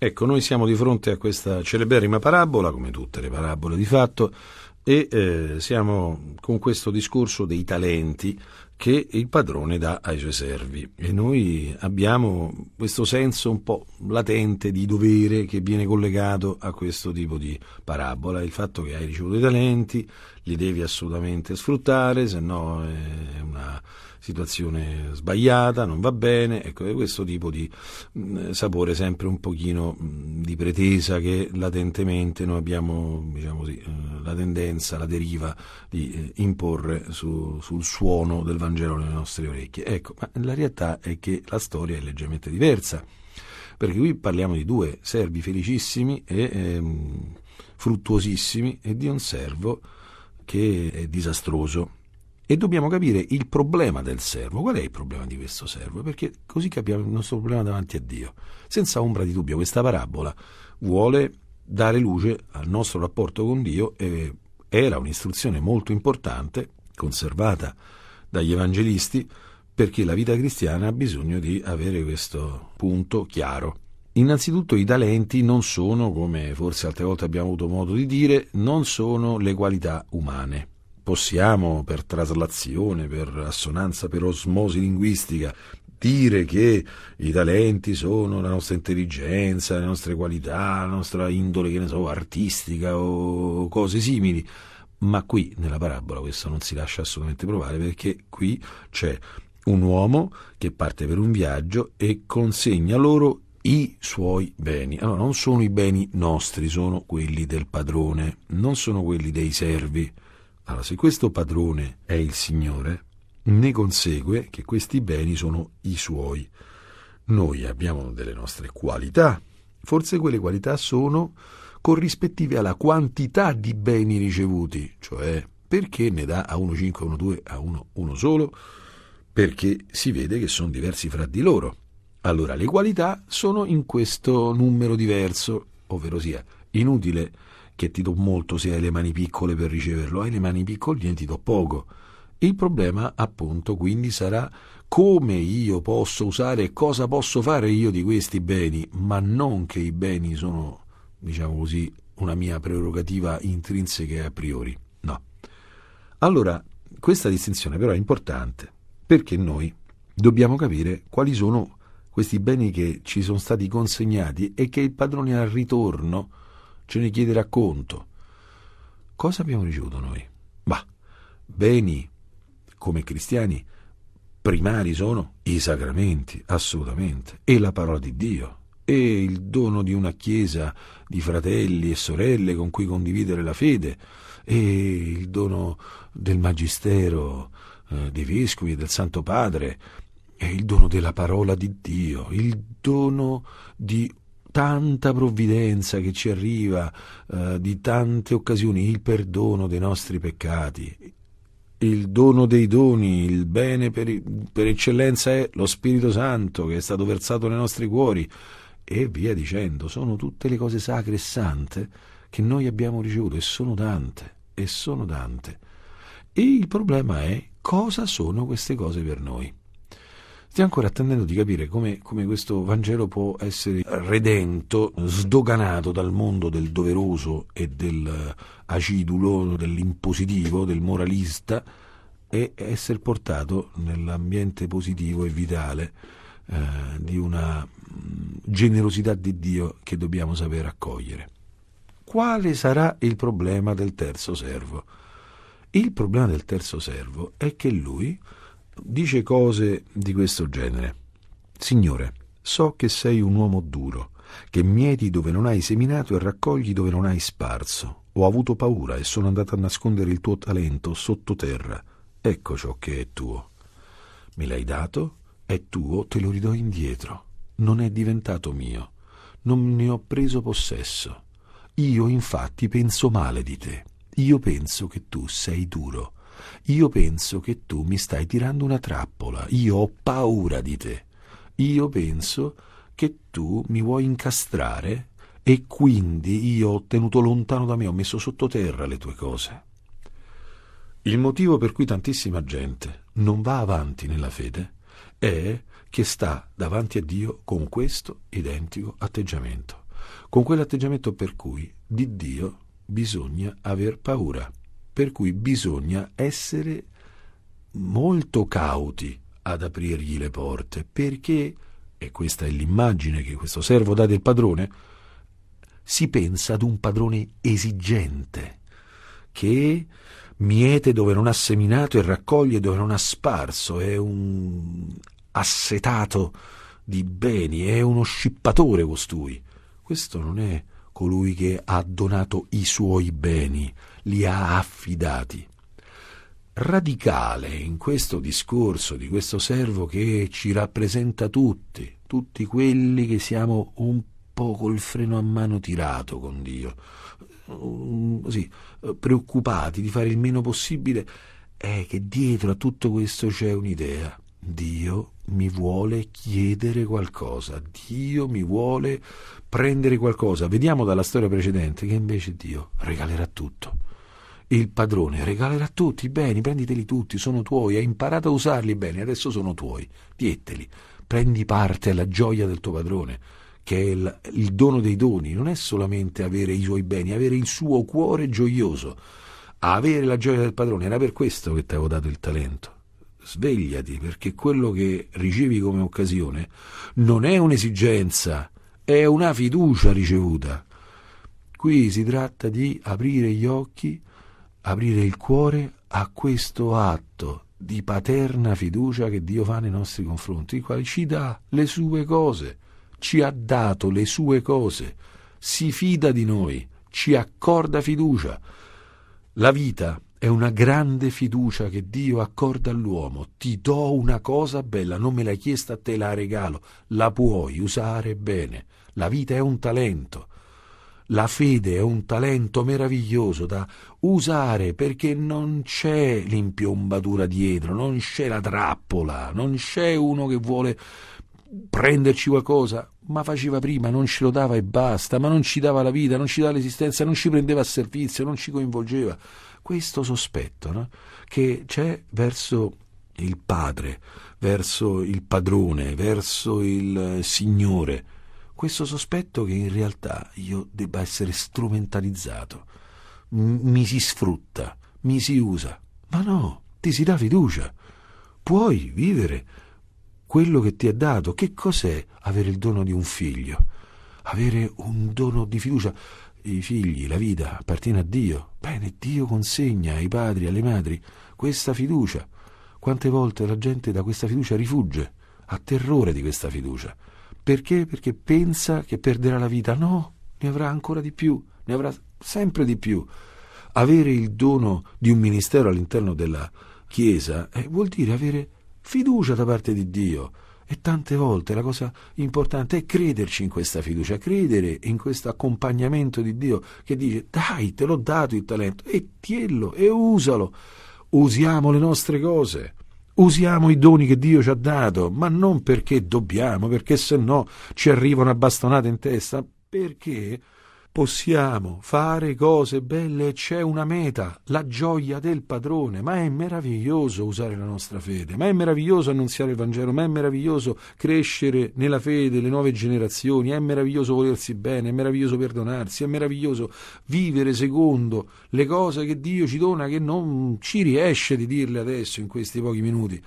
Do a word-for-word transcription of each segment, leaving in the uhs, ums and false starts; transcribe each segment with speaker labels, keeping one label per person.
Speaker 1: Ecco, noi siamo di fronte a questa celeberrima parabola, come tutte le parabole di fatto, e eh, siamo con questo discorso dei talenti che il padrone dà ai suoi servi, e noi abbiamo questo senso un po' latente di dovere che viene collegato a questo tipo di parabola, il fatto che hai ricevuto i talenti, li devi assolutamente sfruttare, se no è una situazione sbagliata, non va bene. Ecco, è questo tipo di mh, sapore sempre un pochino mh, di pretesa che latentemente noi abbiamo, diciamo così, eh, la tendenza, la deriva di eh, imporre su, sul suono del Vangelo nelle nostre orecchie. Ecco, ma la realtà è che la storia è leggermente diversa, perché qui parliamo di due servi felicissimi e ehm, fruttuosissimi e di un servo che è disastroso. E dobbiamo capire il problema del servo. Qual è il problema di questo servo? Perché così capiamo il nostro problema davanti a Dio. Senza ombra di dubbio, questa parabola vuole dare luce al nostro rapporto con Dio, e era un'istruzione molto importante, conservata dagli evangelisti, perché la vita cristiana ha bisogno di avere questo punto chiaro. Innanzitutto i talenti non sono, come forse altre volte abbiamo avuto modo di dire, non sono le qualità umane. Possiamo, per traslazione, per assonanza, per osmosi linguistica, dire che i talenti sono la nostra intelligenza, le nostre qualità, la nostra indole, che ne so, artistica o cose simili, ma qui nella parabola questo non si lascia assolutamente provare, perché qui c'è un uomo che parte per un viaggio e consegna loro i suoi beni. Allora, non sono i beni nostri, sono quelli del padrone, non sono quelli dei servi. Allora, se questo padrone è il Signore, ne consegue che questi beni sono i suoi. Noi abbiamo delle nostre qualità, forse quelle qualità sono corrispettive alla quantità di beni ricevuti, cioè perché ne dà a uno cinque, a uno due, a uno uno solo, perché si vede che sono diversi fra di loro. Allora le qualità sono in questo numero diverso, ovvero sia inutile che ti do molto se hai le mani piccole per riceverlo, hai le mani piccole ti do poco. Il problema appunto quindi sarà come io posso usare e cosa posso fare io di questi beni, ma non che i beni sono, diciamo così, una mia prerogativa intrinseca e a priori, no. Allora questa distinzione però è importante, perché noi dobbiamo capire quali sono questi beni che ci sono stati consegnati e che il padrone al ritorno ce ne chiederà conto. Cosa abbiamo ricevuto noi? Bah, beni come cristiani primari sono i sacramenti, assolutamente, e la parola di Dio, e il dono di una chiesa di fratelli e sorelle con cui condividere la fede, e il dono del magistero eh, dei vescovi e del Santo Padre, e il dono della parola di Dio, il dono di tanta provvidenza che ci arriva, eh, di tante occasioni, il perdono dei nostri peccati, il dono dei doni, il bene per, per eccellenza è lo Spirito Santo che è stato versato nei nostri cuori, e via dicendo. Sono tutte le cose sacre e sante che noi abbiamo ricevuto, e sono tante, e sono tante. E il problema è cosa sono queste cose per noi. Stiamo ancora attendendo di capire come, come questo Vangelo può essere redento, sdoganato dal mondo del doveroso e del acidulo, dell'impositivo, del moralista, e essere portato nell'ambiente positivo e vitale eh, di una generosità di Dio che dobbiamo sapere accogliere. Quale sarà il problema del terzo servo? Il problema del terzo servo è che lui dice cose di questo genere: Signore, so che sei un uomo duro, che mieti dove non hai seminato e raccogli dove non hai sparso. Ho avuto paura e sono andato a nascondere il tuo talento sottoterra. Ecco ciò che è tuo. Me l'hai dato, è tuo, te lo ridò indietro. Non è diventato mio, non ne ho preso possesso. Io infatti penso male di te. Io penso che tu sei duro. Io penso che tu mi stai tirando una trappola. Io ho paura di te. Io penso che tu mi vuoi incastrare, e quindi io ho tenuto lontano da me, ho messo sottoterra le tue cose. Il motivo per cui tantissima gente non va avanti nella fede è che sta davanti a Dio con questo identico atteggiamento. con quell'atteggiamento per cui di Dio bisogna aver paura, per cui bisogna essere molto cauti ad aprirgli le porte, perché, e questa è l'immagine che questo servo dà del padrone, si pensa ad un padrone esigente, che miete dove non ha seminato e raccoglie dove non ha sparso, è un assetato di beni, è uno scippatore costui. Questo non è colui che ha donato i suoi beni, li ha affidati. Radicale in questo discorso di questo servo che ci rappresenta tutti, tutti quelli che siamo un po' col freno a mano tirato con Dio, così preoccupati di fare il meno possibile, è che dietro a tutto questo c'è un'idea. Dio mi vuole chiedere qualcosa, Dio mi vuole prendere qualcosa. Vediamo dalla storia precedente che invece Dio regalerà tutto. Il padrone regalerà tutti i beni, prenditeli tutti, sono tuoi, hai imparato a usarli bene, adesso sono tuoi, dietteli, prendi parte alla gioia del tuo padrone, che è il, il dono dei doni. Non è solamente avere i suoi beni, avere il suo cuore gioioso. Avere la gioia del padrone, era per questo che ti avevo dato il talento. Svegliati, perché quello che ricevi come occasione non è un'esigenza, è una fiducia ricevuta. Qui si tratta di aprire gli occhi, aprire il cuore a questo atto di paterna fiducia che Dio fa nei nostri confronti, il quale ci dà le sue cose, ci ha dato le sue cose, si fida di noi, ci accorda fiducia. La vita è una grande fiducia che Dio accorda all'uomo. Ti do una cosa bella, non me l'hai chiesta, te la regalo, la puoi usare bene. La vita è un talento. La fede è un talento meraviglioso da usare, perché non c'è l'impiombatura dietro, non c'è la trappola, non c'è uno che vuole prenderci qualcosa, ma faceva prima, non ce lo dava e basta, ma non ci dava la vita, non ci dava l'esistenza, non ci prendeva a servizio, non ci coinvolgeva. Questo sospetto, no? Che c'è verso il padre, verso il padrone, verso il Signore, questo sospetto che in realtà io debba essere strumentalizzato, mi si sfrutta, mi si usa. Ma no, ti si dà fiducia, puoi vivere quello che ti è dato. Che cos'è avere il dono di un figlio? Avere un dono di fiducia. I figli, la vita appartiene a Dio. Bene, Dio consegna ai padri, alle madri questa fiducia. Quante volte la gente da questa fiducia rifugge, ha terrore di questa fiducia. Perché? Perché pensa che perderà la vita. No, ne avrà ancora di più, ne avrà sempre di più. Avere il dono di un ministero all'interno della Chiesa eh, vuol dire avere fiducia da parte di Dio. E tante volte la cosa importante è crederci in questa fiducia, credere in questo accompagnamento di Dio che dice: dai, te l'ho dato il talento, e tiello e usalo. Usiamo le nostre cose, usiamo i doni che Dio ci ha dato, ma non perché dobbiamo, perché se no ci arriva una bastonata in testa, perché possiamo fare cose belle e c'è una meta, la gioia del padrone. Ma è meraviglioso usare la nostra fede, ma è meraviglioso annunziare il Vangelo, ma è meraviglioso crescere nella fede le nuove generazioni, è meraviglioso volersi bene, è meraviglioso perdonarsi, è meraviglioso vivere secondo le cose che Dio ci dona, che non ci riesce di dirle adesso in questi pochi minuti.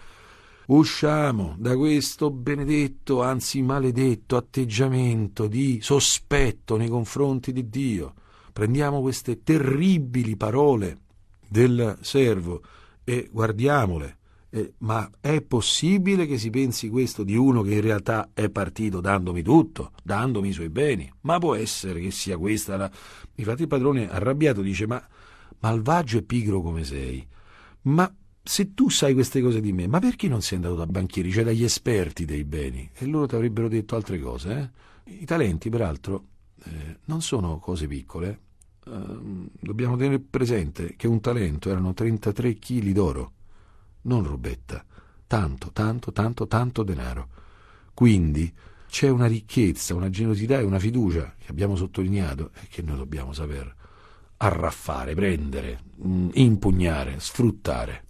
Speaker 1: Usciamo da questo benedetto, anzi maledetto atteggiamento di sospetto nei confronti di Dio. Prendiamo queste terribili parole del servo e guardiamole. Eh, ma è possibile che si pensi questo di uno che in realtà è partito dandomi tutto, dandomi i suoi beni? Ma può essere che sia questa la... Infatti il padrone arrabbiato dice: ma malvagio e pigro come sei, ma se tu sai queste cose di me, ma perché non sei andato da banchieri, cioè dagli esperti dei beni? E loro ti avrebbero detto altre cose. Eh? I talenti, peraltro, eh, non sono cose piccole. Uh, dobbiamo tenere presente che un talento erano trentatré chili d'oro, non robetta. Tanto, tanto, tanto, tanto denaro. Quindi c'è una ricchezza, una generosità e una fiducia che abbiamo sottolineato e che noi dobbiamo saper arraffare, prendere, impugnare, sfruttare.